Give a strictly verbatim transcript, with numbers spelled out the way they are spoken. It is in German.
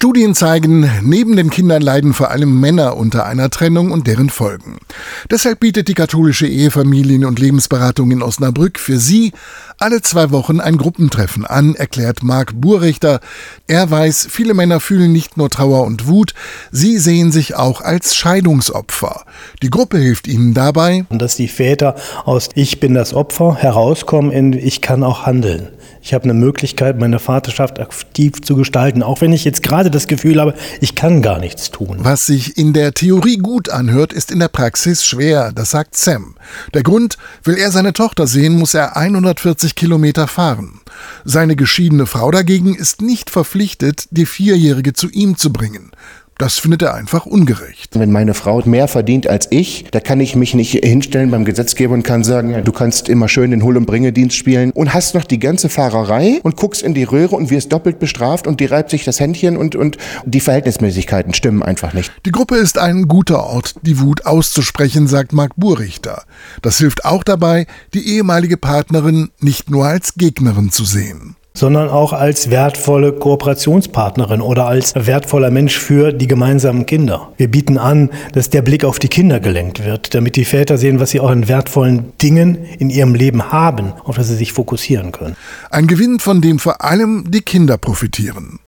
Studien zeigen, neben den Kindern leiden vor allem Männer unter einer Trennung und deren Folgen. Deshalb bietet die katholische Ehefamilien- und Lebensberatung in Osnabrück für Sie alle zwei Wochen ein Gruppentreffen an, erklärt Marc Burrichter. Er weiß, viele Männer fühlen nicht nur Trauer und Wut, sie sehen sich auch als Scheidungsopfer. Die Gruppe hilft ihnen dabei, und dass die Väter aus „Ich bin das Opfer" herauskommen in „Ich kann auch handeln". Ich habe eine Möglichkeit, meine Vaterschaft aktiv zu gestalten, auch wenn ich jetzt gerade das Gefühl habe, ich kann gar nichts tun. Was sich in der Theorie gut anhört, ist in der Praxis schwer, das sagt Sam. Der Grund: Will er seine Tochter sehen, muss er hundertvierzig Kilometer fahren. Seine geschiedene Frau dagegen ist nicht verpflichtet, die Vierjährige zu ihm zu bringen. Das findet er einfach ungerecht. Wenn meine Frau mehr verdient als ich, da kann ich mich nicht hinstellen beim Gesetzgeber und kann sagen, ja, du kannst immer schön den Hol- und Bringedienst spielen und hast noch die ganze Fahrerei und guckst in die Röhre und wirst doppelt bestraft und die reibt sich das Händchen und, und die Verhältnismäßigkeiten stimmen einfach nicht. Die Gruppe ist ein guter Ort, die Wut auszusprechen, sagt Marc Burrichter. Das hilft auch dabei, die ehemalige Partnerin nicht nur als Gegnerin zu sehen, sondern auch als wertvolle Kooperationspartnerin oder als wertvoller Mensch für die gemeinsamen Kinder. Wir bieten an, dass der Blick auf die Kinder gelenkt wird, damit die Väter sehen, was sie auch an wertvollen Dingen in ihrem Leben haben, auf das sie sich fokussieren können. Ein Gewinn, von dem vor allem die Kinder profitieren.